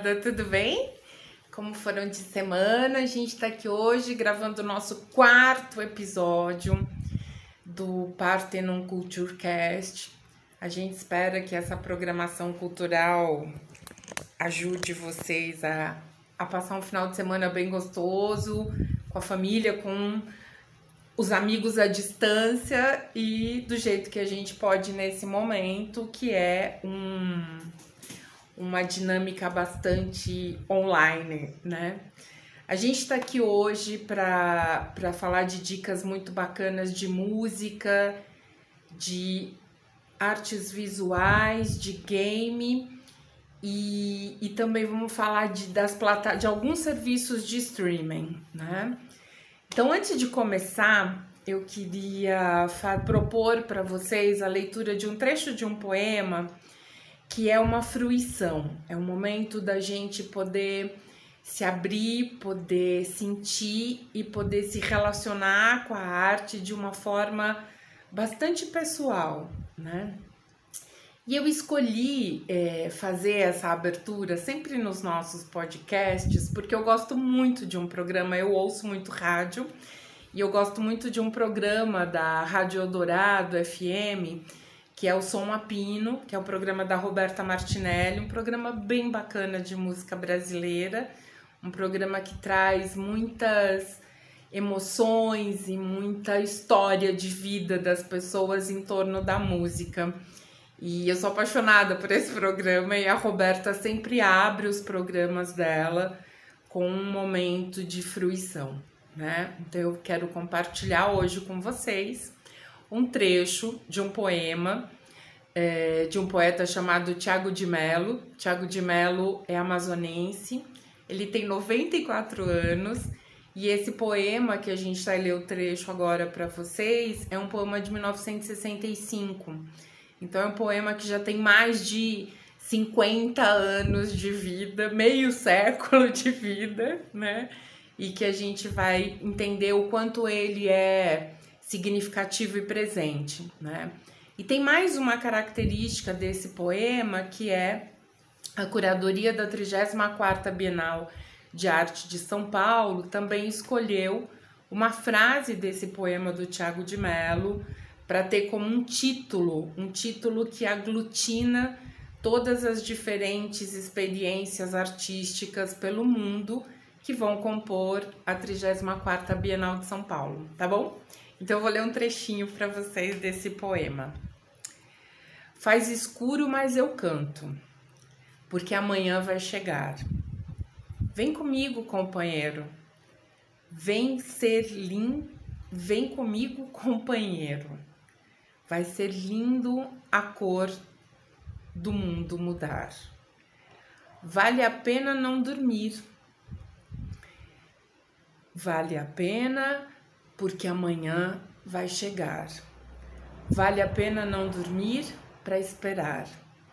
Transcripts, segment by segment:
moçada, tudo bem? Como foram de semana? A gente tá aqui hoje gravando o nosso 4º episódio do Parthenon Culturecast. A gente espera que essa programação cultural ajude vocês a passar um final de semana bem gostoso, com a família, com os amigos à distância e do jeito que a gente pode nesse momento, que é uma dinâmica bastante online, né? A gente está aqui hoje para falar de dicas muito bacanas de música, de artes visuais, de game e também vamos falar de alguns serviços de streaming, né? Então, antes de começar, eu queria propor para vocês a leitura de um trecho de um poema que é uma fruição, é um momento da gente poder se abrir, poder sentir e poder se relacionar com a arte de uma forma bastante pessoal, né? E eu escolhi fazer essa abertura sempre nos nossos podcasts, porque eu gosto muito de um programa, eu ouço muito rádio, e eu gosto muito de um programa da Rádio Eldorado FM, que é o Som a Pino, que é o programa da Roberta Martinelli, um programa bem bacana de música brasileira, um programa que traz muitas emoções e muita história de vida das pessoas em torno da música. E eu sou apaixonada por esse programa e a Roberta sempre abre os programas dela com um momento de fruição, né? Então eu quero compartilhar hoje com vocês um trecho de um poema de um poeta chamado Thiago de Mello. Thiago de Mello é amazonense, ele tem 94 anos e esse poema que a gente vai ler o trecho agora para vocês é um poema de 1965. Então é um poema que já tem mais de 50 anos de vida, meio século de vida, né? E que a gente vai entender o quanto ele é significativo e presente, né? E tem mais uma característica desse poema, que é a curadoria da 34ª Bienal de Arte de São Paulo também escolheu uma frase desse poema do Thiago de Mello para ter como um título que aglutina todas as diferentes experiências artísticas pelo mundo que vão compor a 34ª Bienal de São Paulo, tá bom? Então eu vou ler um trechinho para vocês desse poema. Faz escuro, mas eu canto, porque amanhã vai chegar. Vem comigo, companheiro. Vem comigo, companheiro. Vai ser lindo a cor do mundo mudar. Vale a pena não dormir. Vale a pena porque amanhã vai chegar. Vale a pena não dormir para esperar.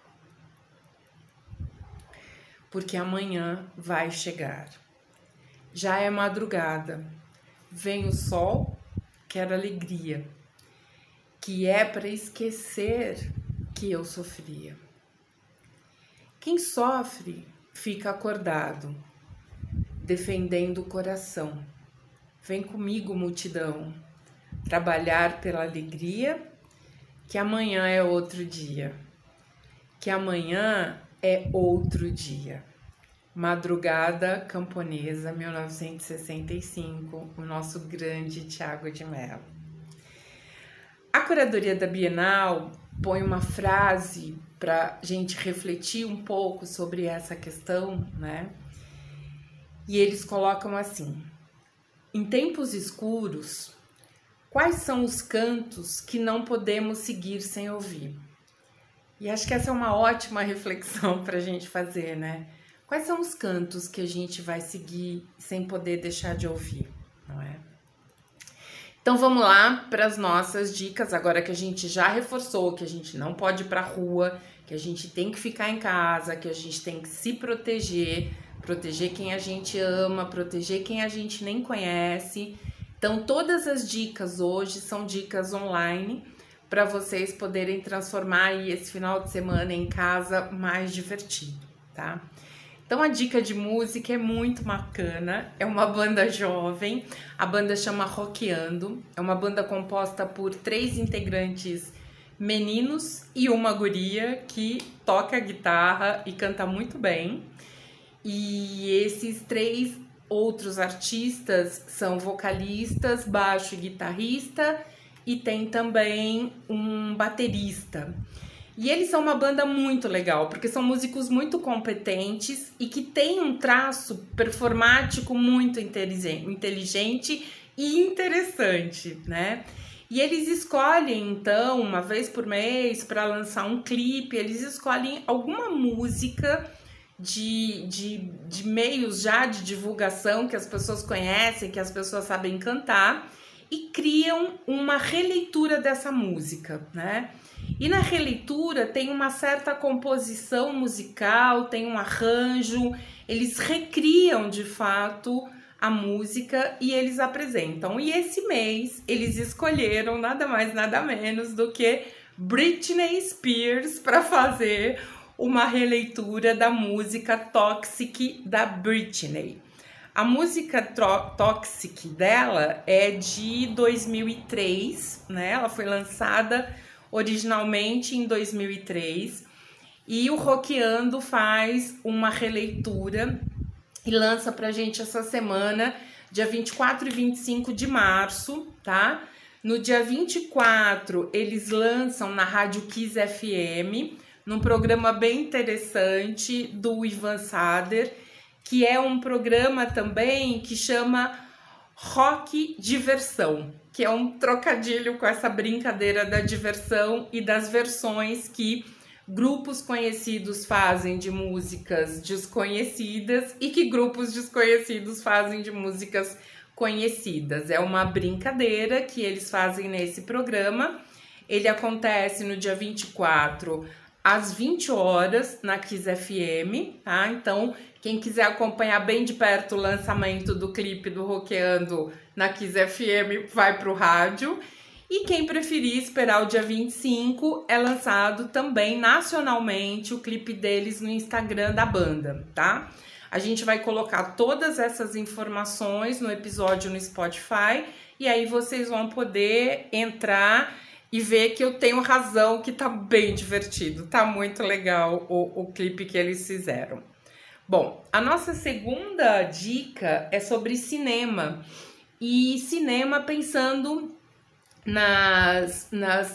Porque amanhã vai chegar. Já é madrugada. Vem o sol, quero alegria, que é para esquecer que eu sofria. Quem sofre fica acordado, defendendo o coração. Vem comigo, multidão, trabalhar pela alegria, que amanhã é outro dia. Que amanhã é outro dia. Madrugada Camponesa, 1965, o nosso grande Thiago de Mello. A curadoria da Bienal põe uma frase para a gente refletir um pouco sobre essa questão, né? E eles colocam assim: em tempos escuros, quais são os cantos que não podemos seguir sem ouvir? E acho que essa é uma ótima reflexão para a gente fazer, né? Quais são os cantos que a gente vai seguir sem poder deixar de ouvir, não é? Então vamos lá para as nossas dicas, agora que a gente já reforçou que a gente não pode ir para a rua, que a gente tem que ficar em casa, que a gente tem que se proteger quem a gente ama, proteger quem a gente nem conhece. Então todas as dicas hoje são dicas online para vocês poderem transformar aí esse final de semana em casa mais divertido, tá? Então a dica de música é muito bacana, é uma banda jovem, a banda chama Rockeando, é uma banda composta por 3 integrantes meninos e uma guria que toca guitarra e canta muito bem. E esses 3 outros artistas são vocalistas, baixo e guitarrista, e tem também um baterista. E eles são uma banda muito legal, porque são músicos muito competentes e que têm um traço performático muito inteligente e interessante, né? E eles escolhem, então, uma vez por mês, para lançar um clipe, eles escolhem alguma música de meios já de divulgação que as pessoas conhecem, que as pessoas sabem cantar, e criam uma releitura dessa música, né? E na releitura tem uma certa composição musical, tem um arranjo, eles recriam de fato a música e eles apresentam. E esse mês eles escolheram nada mais nada menos do que Britney Spears para fazer uma releitura da música Toxic da Britney. A música Toxic dela é de 2003, né? Ela foi lançada originalmente em 2003, e o Rockeando faz uma releitura e lança pra gente essa semana, dia 24 e 25 de março, tá? No dia 24, eles lançam na Rádio Kiss FM, num programa bem interessante do Ivan Sader, que é um programa também que chama Rock Diversão, que é um trocadilho com essa brincadeira da diversão e das versões que grupos conhecidos fazem de músicas desconhecidas e que grupos desconhecidos fazem de músicas conhecidas. É uma brincadeira que eles fazem nesse programa. Ele acontece no dia 24, às 20 horas, na Kiss FM, tá? Então, quem quiser acompanhar bem de perto o lançamento do clipe do Rockeando na Kiss FM, vai pro rádio. E quem preferir esperar o dia 25, é lançado também nacionalmente o clipe deles no Instagram da banda, tá? A gente vai colocar todas essas informações no episódio no Spotify, e aí vocês vão poder entrar e ver que eu tenho razão, que tá bem divertido, tá muito legal o clipe que eles fizeram. Bom, a nossa segunda dica é sobre cinema, e cinema pensando nas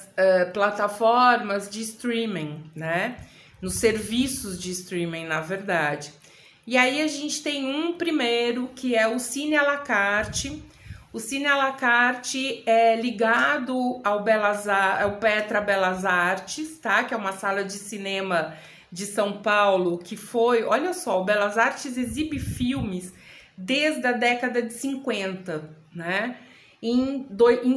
plataformas de streaming, né? Nos serviços de streaming, na verdade. E aí a gente tem um primeiro, que é o Cine à la Carte. O Cine à la Carte é ligado ao Petra Belas Artes, tá? Que é uma sala de cinema de São Paulo, que foi... Olha só, o Belas Artes exibe filmes desde a década de 50, né? Em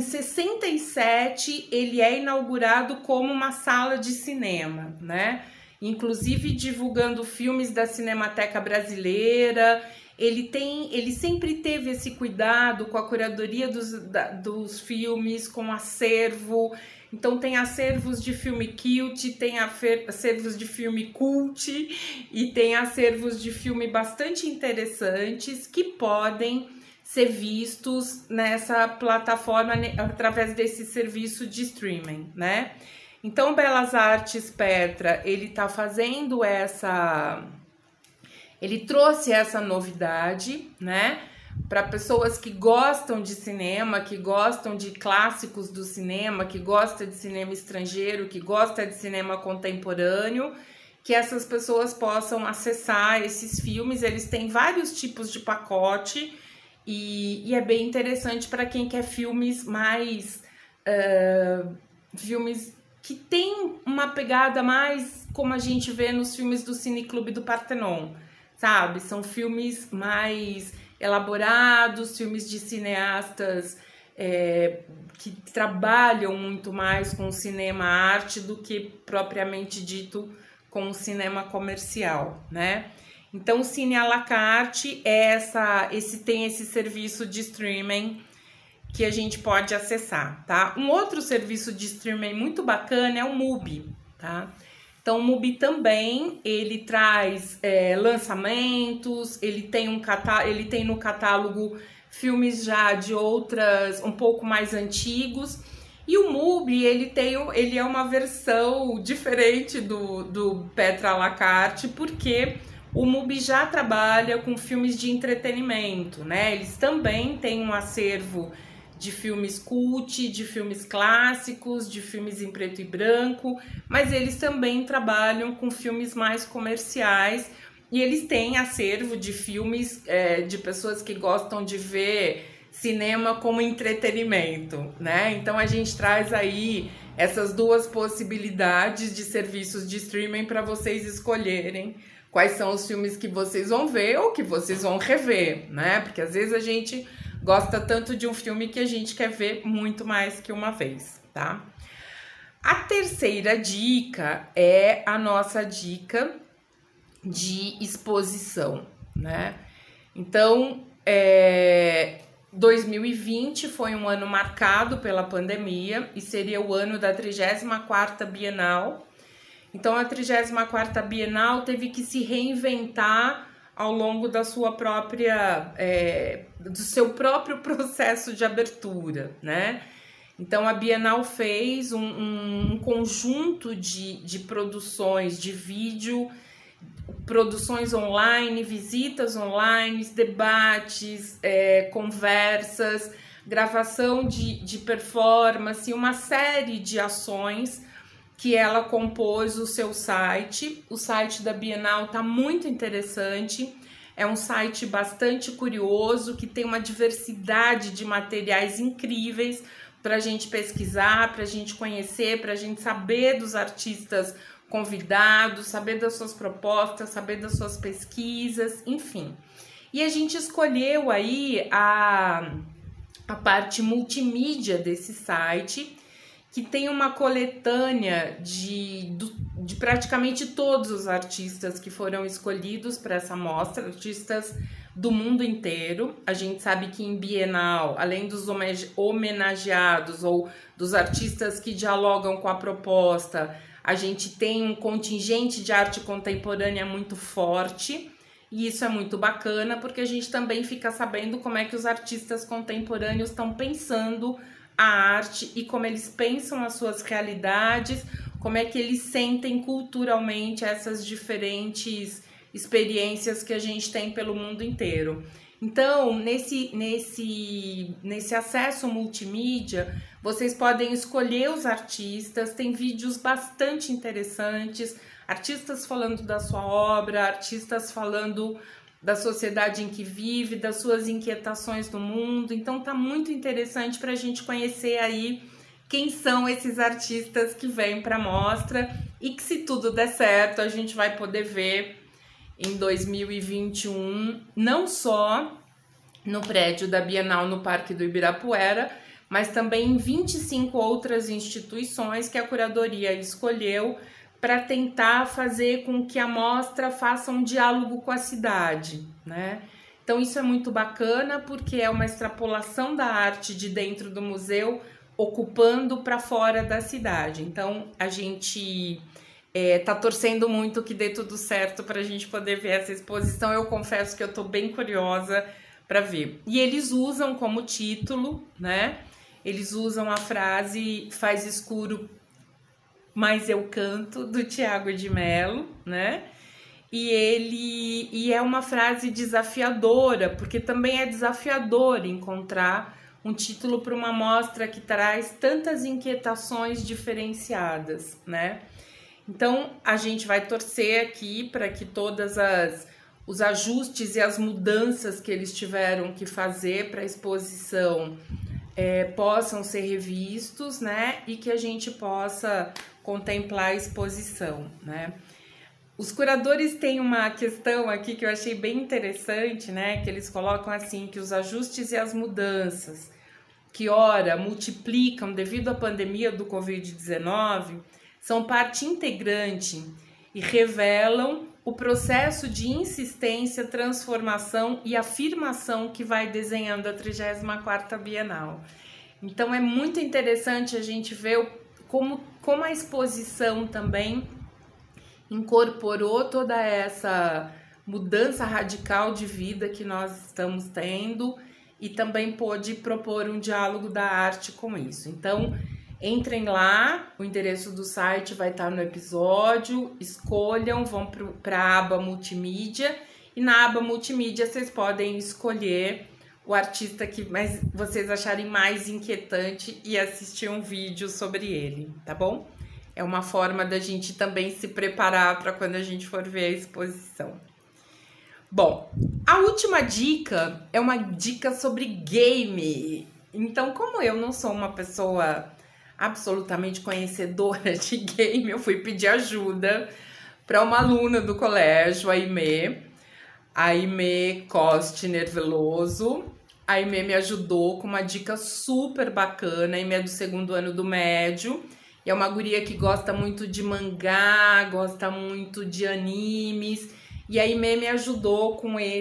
67, ele é inaugurado como uma sala de cinema, né? Inclusive divulgando filmes da Cinemateca Brasileira. Ele sempre teve esse cuidado com a curadoria dos filmes, com acervo. Então tem acervos de filme cult, tem acervos de filme cult e tem acervos de filme bastante interessantes que podem ser vistos nessa plataforma através desse serviço de streaming, né? Então, Belas Artes Petra, ele tá fazendo ele trouxe essa novidade, né? Para pessoas que gostam de cinema, que gostam de clássicos do cinema, que gostam de cinema estrangeiro, que gostam de cinema contemporâneo, que essas pessoas possam acessar esses filmes. Eles têm vários tipos de pacote e é bem interessante para quem quer filmes mais... filmes que tem uma pegada mais como a gente vê nos filmes do Cine Clube do Partenon, sabe? São filmes mais elaborados, filmes de cineastas que trabalham muito mais com o cinema arte do que propriamente dito com o cinema comercial, né? Então, o Cine à la Carte tem esse serviço de streaming que a gente pode acessar, tá? Um outro serviço de streaming muito bacana é o Mubi, tá? Então o MUBI também, ele traz lançamentos, ele tem no catálogo filmes já de outras, um pouco mais antigos. E o MUBI, ele é uma versão diferente do Petra à la carte, porque o MUBI já trabalha com filmes de entretenimento, né? Eles também têm um acervo de filmes cult, de filmes clássicos, de filmes em preto e branco, mas eles também trabalham com filmes mais comerciais e eles têm acervo de filmes de pessoas que gostam de ver cinema como entretenimento, né? Então a gente traz aí essas duas possibilidades de serviços de streaming para vocês escolherem quais são os filmes que vocês vão ver ou que vocês vão rever, né? Porque às vezes a gente gosta tanto de um filme que a gente quer ver muito mais que uma vez, tá? A terceira dica é a nossa dica de exposição, né? Então, 2020 foi um ano marcado pela pandemia e seria o ano da 34ª Bienal. Então, a 34ª Bienal teve que se reinventar ao longo da sua própria, do seu próprio processo de abertura, né? Então, a Bienal fez um conjunto de produções de vídeo, produções online, visitas online, debates, conversas, gravação de performance, uma série de ações que ela compôs o seu site. O site da Bienal está muito interessante, é um site bastante curioso, que tem uma diversidade de materiais incríveis para a gente pesquisar, para a gente conhecer, para a gente saber dos artistas convidados, saber das suas propostas, saber das suas pesquisas, enfim. E a gente escolheu aí a parte multimídia desse site, que tem uma coletânea de praticamente todos os artistas que foram escolhidos para essa mostra, artistas do mundo inteiro. A gente sabe que em Bienal, além dos homenageados ou dos artistas que dialogam com a proposta, a gente tem um contingente de arte contemporânea muito forte, e isso é muito bacana, porque a gente também fica sabendo como é que os artistas contemporâneos estão pensando a arte e como eles pensam as suas realidades, como é que eles sentem culturalmente essas diferentes experiências que a gente tem pelo mundo inteiro. Então, nesse acesso multimídia, vocês podem escolher os artistas, tem vídeos bastante interessantes, artistas falando da sua obra, artistas falando da sociedade em que vive, das suas inquietações no mundo. Então tá muito interessante para a gente conhecer aí quem são esses artistas que vêm para a mostra e que, se tudo der certo, a gente vai poder ver em 2021, não só no prédio da Bienal no Parque do Ibirapuera, mas também em 25 outras instituições que a curadoria escolheu para tentar fazer com que a mostra faça um diálogo com a cidade, né? Então isso é muito bacana, porque é uma extrapolação da arte de dentro do museu ocupando para fora da cidade. Então a gente tá torcendo muito que dê tudo certo para a gente poder ver essa exposição. Eu confesso que eu tô bem curiosa para ver. E eles usam como título, né? Eles usam a frase "faz escuro, mas eu canto", do Tiago de Mello, né? E é uma frase desafiadora, porque também é desafiador encontrar um título para uma mostra que traz tantas inquietações diferenciadas, né? Então a gente vai torcer aqui para que todas os ajustes e as mudanças que eles tiveram que fazer para a exposição possam ser revistos, né? E que a gente possa contemplar a exposição, né? Os curadores têm uma questão aqui que eu achei bem interessante, né? Que eles colocam assim, que os ajustes e as mudanças que ora multiplicam devido à pandemia do Covid-19 são parte integrante e revelam o processo de insistência, transformação e afirmação que vai desenhando a 34ª Bienal. Então é muito interessante a gente ver como a exposição também incorporou toda essa mudança radical de vida que nós estamos tendo e também pôde propor um diálogo da arte com isso. Então, entrem lá, o endereço do site vai estar no episódio, escolham, vão para a aba multimídia e na aba multimídia vocês podem escolher o artista que vocês acharem mais inquietante e assistir um vídeo sobre ele, tá bom? É uma forma da gente também se preparar para quando a gente for ver a exposição. Bom, a última dica é uma dica sobre game. Então, como eu não sou uma pessoa absolutamente conhecedora de game, eu fui pedir ajuda para uma aluna do colégio, a Aimee Kostner Veloso. A Aimee me ajudou com uma dica super bacana. A Aimee é do 2º ano do médio. E é uma guria que gosta muito de mangá, gosta muito de animes. E a Aimee me ajudou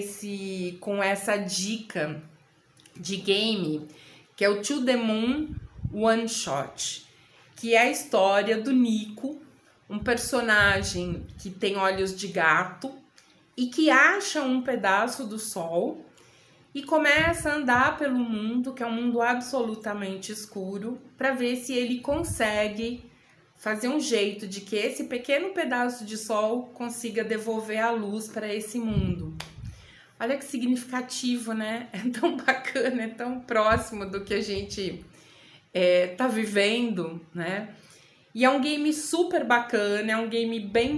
com essa dica de game, que é o To The Moon One Shot, que é a história do Nico, um personagem que tem olhos de gato e que acha um pedaço do sol e começa a andar pelo mundo, que é um mundo absolutamente escuro, para ver se ele consegue fazer um jeito de que esse pequeno pedaço de sol consiga devolver a luz para esse mundo. Olha que significativo, né? É tão bacana, é tão próximo do que a gente tá vivendo, né? E é um game super bacana, é um game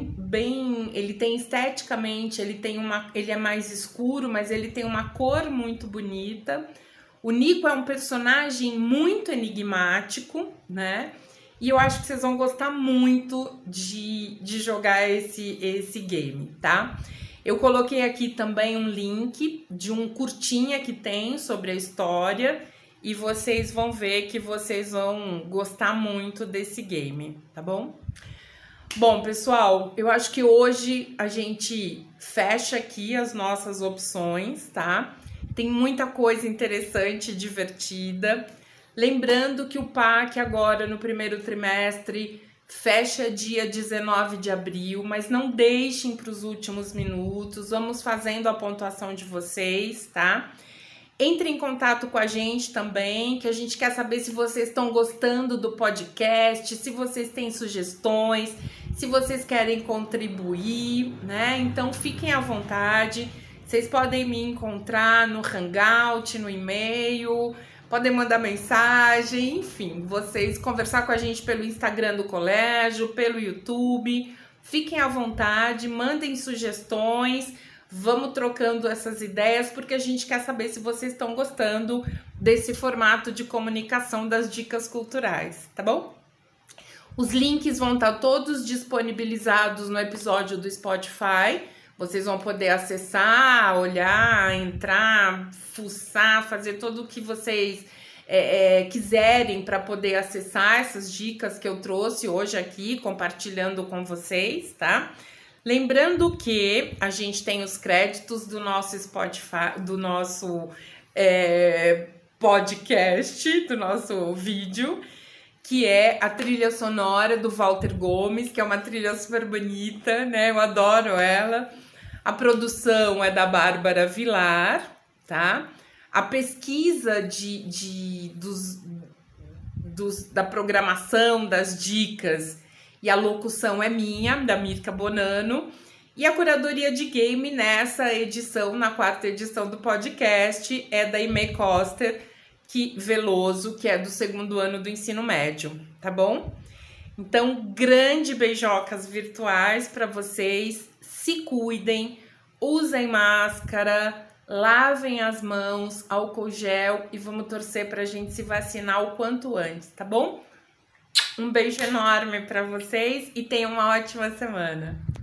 bem, ele tem esteticamente, ele é mais escuro, mas ele tem uma cor muito bonita. O Nico é um personagem muito enigmático, né? E eu acho que vocês vão gostar muito de jogar esse game, tá? Eu coloquei aqui também um link de um curtinha que tem sobre a história e vocês vão ver que vocês vão gostar muito desse game, tá bom? Bom, pessoal, eu acho que hoje a gente fecha aqui as nossas opções, tá? Tem muita coisa interessante, divertida. Lembrando que o PAC agora no primeiro trimestre fecha dia 19 de abril, mas não deixem para os últimos minutos, vamos fazendo a pontuação de vocês, tá? Entre em contato com a gente também, que a gente quer saber se vocês estão gostando do podcast, se vocês têm sugestões, se vocês querem contribuir, né? Então fiquem à vontade, vocês podem me encontrar no Hangout, no e-mail, podem mandar mensagem, enfim, vocês conversar com a gente pelo Instagram do colégio, pelo YouTube. Fiquem à vontade, mandem sugestões, vamos trocando essas ideias, porque a gente quer saber se vocês estão gostando desse formato de comunicação das dicas culturais, tá bom? Os links vão estar todos disponibilizados no episódio do Spotify. Vocês vão poder acessar, olhar, entrar, fuçar, fazer tudo o que vocês quiserem para poder acessar essas dicas que eu trouxe hoje aqui, compartilhando com vocês, tá? Lembrando que a gente tem os créditos do nosso Spotify, do nosso podcast, do nosso vídeo, que é a trilha sonora do Walter Gomes, que é uma trilha super bonita, né? Eu adoro ela. A produção é da Bárbara Vilar, tá? A pesquisa da programação, das dicas e a locução é minha, da Mirka Bonano. E a curadoria de game nessa edição, na 4ª edição do podcast, é da Aimee Kostner Veloso, que é do 2º ano do ensino médio, tá bom? Então, grande beijocas virtuais para vocês. Se cuidem, usem máscara, lavem as mãos, álcool gel e vamos torcer para a gente se vacinar o quanto antes, tá bom? Um beijo enorme para vocês e tenham uma ótima semana.